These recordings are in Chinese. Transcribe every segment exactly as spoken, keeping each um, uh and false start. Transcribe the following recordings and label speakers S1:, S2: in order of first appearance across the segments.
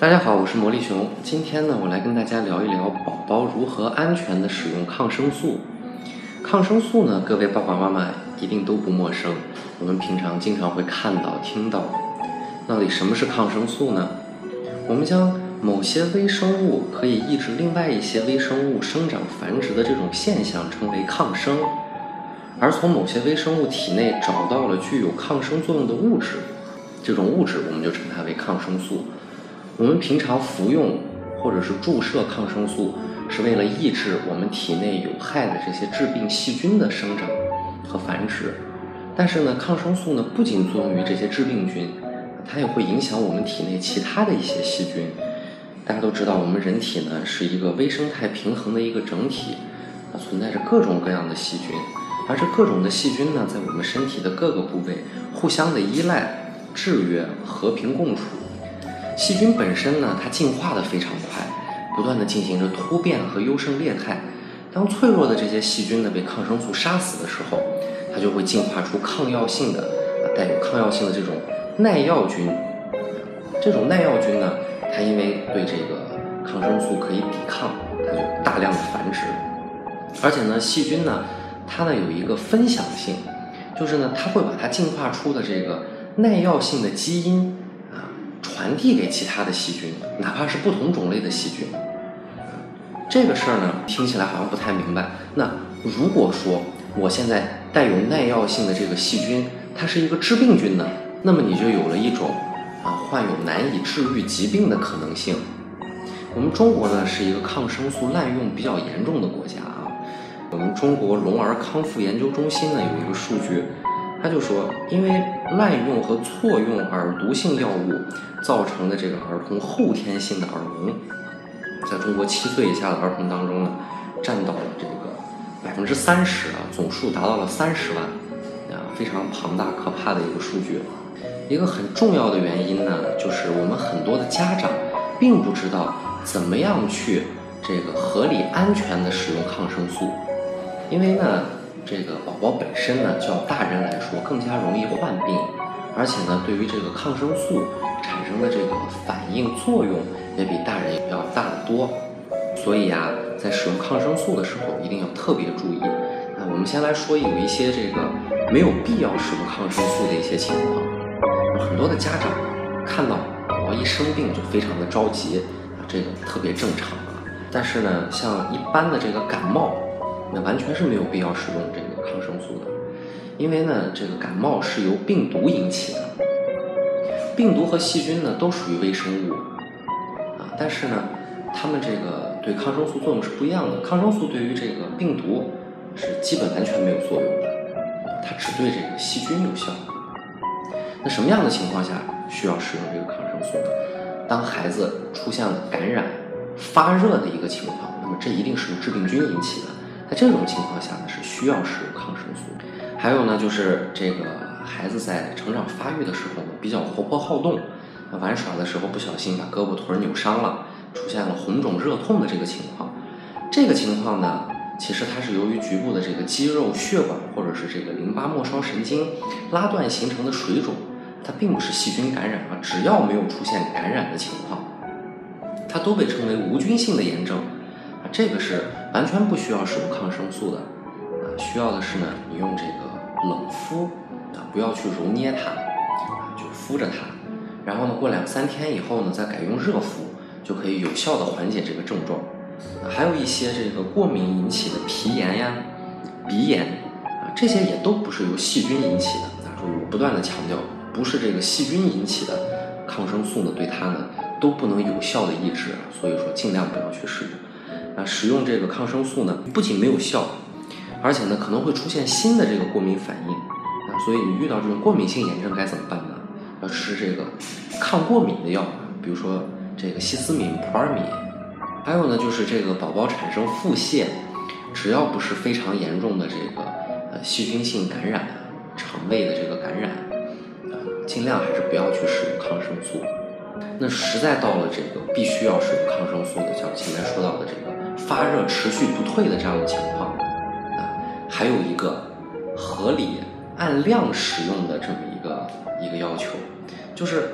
S1: 大家好，我是魔力熊。今天呢，我来跟大家聊一聊宝宝如何安全的使用抗生素。抗生素呢，各位爸爸妈妈一定都不陌生，我们平常经常会看到、听到。到底什么是抗生素呢？我们将某些微生物可以抑制另外一些微生物生长繁殖的这种现象称为抗生，而从某些微生物体内找到了具有抗生作用的物质，这种物质我们就称它为抗生素。我们平常服用或者是注射抗生素，是为了抑制我们体内有害的这些致病细菌的生长和繁殖。但是呢，抗生素呢不仅作用于这些致病菌，它也会影响我们体内其他的一些细菌。大家都知道，我们人体呢是一个微生态平衡的一个整体，啊，存在着各种各样的细菌，而这各种的细菌呢，在我们身体的各个部位互相的依赖、制约、和平共处。细菌本身呢，它进化的非常快，不断的进行着突变和优胜劣汰。当脆弱的这些细菌呢被抗生素杀死的时候，它就会进化出抗药性的、带有抗药性的这种耐药菌。这种耐药菌呢，它因为对这个抗生素可以抵抗，它就大量的繁殖。而且呢，细菌呢，它呢有一个分享性，就是呢，它会把它进化出的这个耐药性的基因传递给其他的细菌，哪怕是不同种类的细菌。这个事儿呢，听起来好像不太明白。那如果说我现在带有耐药性的这个细菌，它是一个致病菌呢，那么你就有了一种啊患有难以治愈疾病的可能性。我们中国呢是一个抗生素滥用比较严重的国家啊。我们中国龙儿康复研究中心呢有一个数据。他就说，因为滥用和错用耳毒性药物造成的这个儿童后天性的耳聋，在中国七岁以下的儿童当中呢，占到了这个百分之三十啊，总数达到了三十万，啊，非常庞大可怕的一个数据。一个很重要的原因呢，就是我们很多的家长并不知道怎么样去这个合理安全的使用抗生素，因为呢。这个宝宝本身呢，较大人来说更加容易患病，而且呢，对于这个抗生素产生的这个反应作用也比大人要大得多。所以啊，在使用抗生素的时候，一定要特别注意。那我们先来说有一些这个没有必要使用抗生素的一些情况。很多的家长看到宝宝一生病就非常的着急啊，这个特别正常啊。但是呢，像一般的这个感冒。那完全是没有必要使用这个抗生素的，因为呢，这个感冒是由病毒引起的，病毒和细菌呢都属于微生物啊，但是呢，它们这个对抗生素作用是不一样的。抗生素对于这个病毒是基本完全没有作用的，它只对这个细菌有效。那什么样的情况下需要使用这个抗生素呢？当孩子出现了感染、发热的一个情况，那么这一定是由致病菌引起的。在这种情况下呢，是需要使用抗生素。还有呢，就是这个孩子在成长发育的时候呢，比较活泼好动，玩耍的时候不小心把胳膊腿扭伤了，出现了红肿热痛的这个情况。这个情况呢，其实它是由于局部的这个肌肉、血管或者是这个淋巴末梢神经拉断形成的水肿，它并不是细菌感染啊。只要没有出现感染的情况，它都被称为无菌性的炎症。这个是完全不需要使用抗生素的，啊，需要的是呢，你用这个冷敷，啊，不要去揉捏它，啊，就敷着它，然后呢，过两三天以后呢，再改用热敷，就可以有效的缓解这个症状。啊，还有一些这个过敏引起的皮炎呀、鼻炎，啊，这些也都不是由细菌引起的。啊，注意我不断的强调，不是这个细菌引起的，抗生素呢，对它呢都不能有效的抑制，所以说尽量不要去使用。啊，使用这个抗生素呢，不仅没有效，而且呢可能会出现新的这个过敏反应。啊，所以你遇到这种过敏性炎症该怎么办呢？要吃这个抗过敏的药，比如说这个西司敏、普尔敏。还有呢，就是这个宝宝产生腹泻，只要不是非常严重的这个呃细菌性感染、肠胃的这个感染，啊，尽量还是不要去使用抗生素。那实在到了这个必须要使用抗生素的，像前面说到的这个发热持续不退的这样的情况，啊，还有一个合理按量使用的这么一个一个要求，就是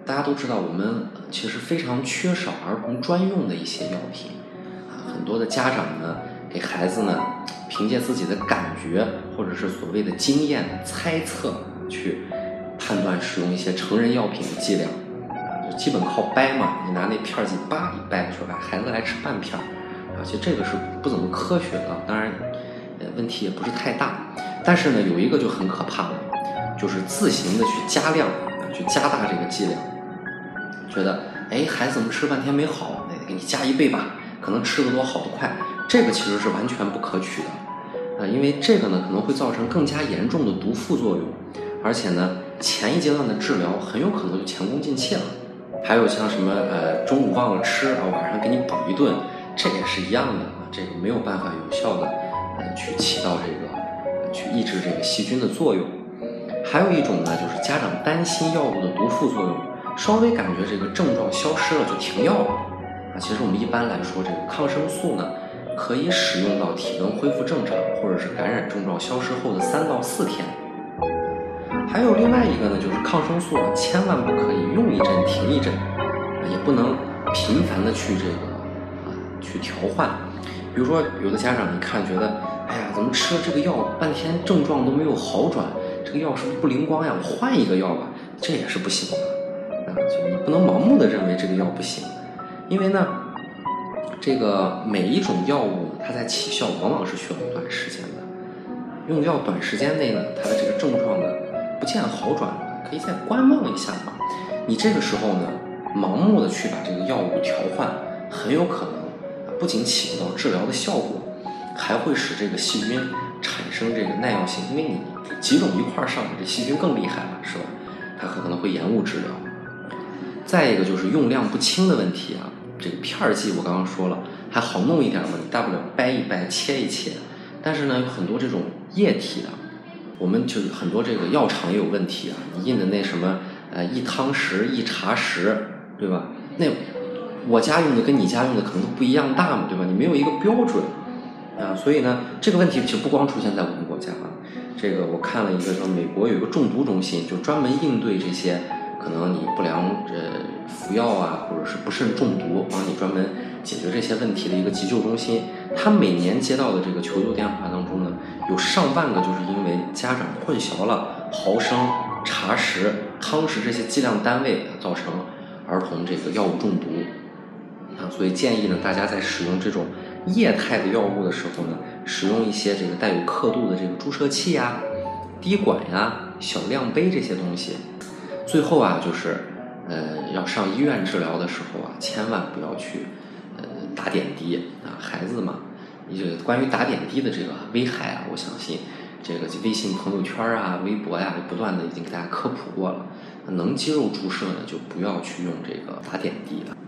S1: 大家都知道，我们其实非常缺少儿童专用的一些药品啊，很多的家长呢，给孩子呢，凭借自己的感觉或者是所谓的经验猜测去判断使用一些成人药品的剂量啊，就基本靠掰嘛，你拿那片儿剂叭一掰，说吧，孩子来吃半片儿啊，其实这个是不怎么科学的，当然，呃，问题也不是太大，但是呢，有一个就很可怕了，就是自行的去加量啊，去加大这个剂量，觉得哎，孩子怎么吃半天没好，那得给你加一倍吧，可能吃得多好得快，这个其实是完全不可取的啊，因为这个呢可能会造成更加严重的毒副作用，而且呢，前一阶段的治疗很有可能就前功尽弃了。还有像什么呃中午忘了吃啊，晚上给你补一顿，这也是一样的啊，这个没有办法有效的呃去起到这个、呃、去抑制这个细菌的作用。还有一种呢，就是家长担心药物的毒副作用，稍微感觉这个症状消失了就停药了啊。其实我们一般来说，这个抗生素呢，可以使用到体温恢复正常，或者是感染症状消失后的三到四天。还有另外一个呢，就是抗生素啊，千万不可以用一针停一针，也不能频繁的去这个啊去调换。比如说，有的家长一看觉得，哎呀，怎么吃了这个药半天症状都没有好转，这个药是不是不灵光呀？我换一个药吧，这也是不行的啊！就你不能盲目的认为这个药不行，因为呢，这个每一种药物它在起效往往是需要一段时间的，用药短时间内呢，它的这个症状呢不见好转，可以再观望一下嘛。你这个时候呢，盲目的去把这个药物调换，很有可能啊不仅起不到治疗的效果，还会使这个细菌产生这个耐药性，因为你几种一块儿上，这细菌更厉害了，是吧？它可能会延误治疗。再一个就是用量不轻的问题啊，这个片儿剂我刚刚说了，还好弄一点嘛，你大不了掰一掰、切一切。但是呢，有很多这种液体的，我们就很多这个药厂也有问题啊，你印的那什么呃一汤匙、一茶匙，对吧？那我家用的跟你家用的可能都不一样大嘛，对吧？你没有一个标准啊，所以呢，这个问题其实不光出现在我们国家啊，这个我看了一个说美国有一个中毒中心，就专门应对这些可能你不良呃服药啊，或者是不慎中毒，帮你专门解决这些问题的一个急救中心。他每年接到的这个求救电话当中呢，有上万个就是因为家长混淆了毫升、茶匙、汤匙这些计量单位，造成儿童这个药物中毒啊。所以建议呢，大家在使用这种液态的药物的时候呢，使用一些这个带有刻度的这个注射器呀、滴管呀、小量杯这些东西。最后啊，就是呃要上医院治疗的时候啊，千万不要去呃打点滴啊，孩子嘛，这个关于打点滴的这个危害啊，我相信这个微信朋友圈啊、微博呀、啊，不断的已经给大家科普过了。能肌肉注射呢，就不要去用这个打点滴了。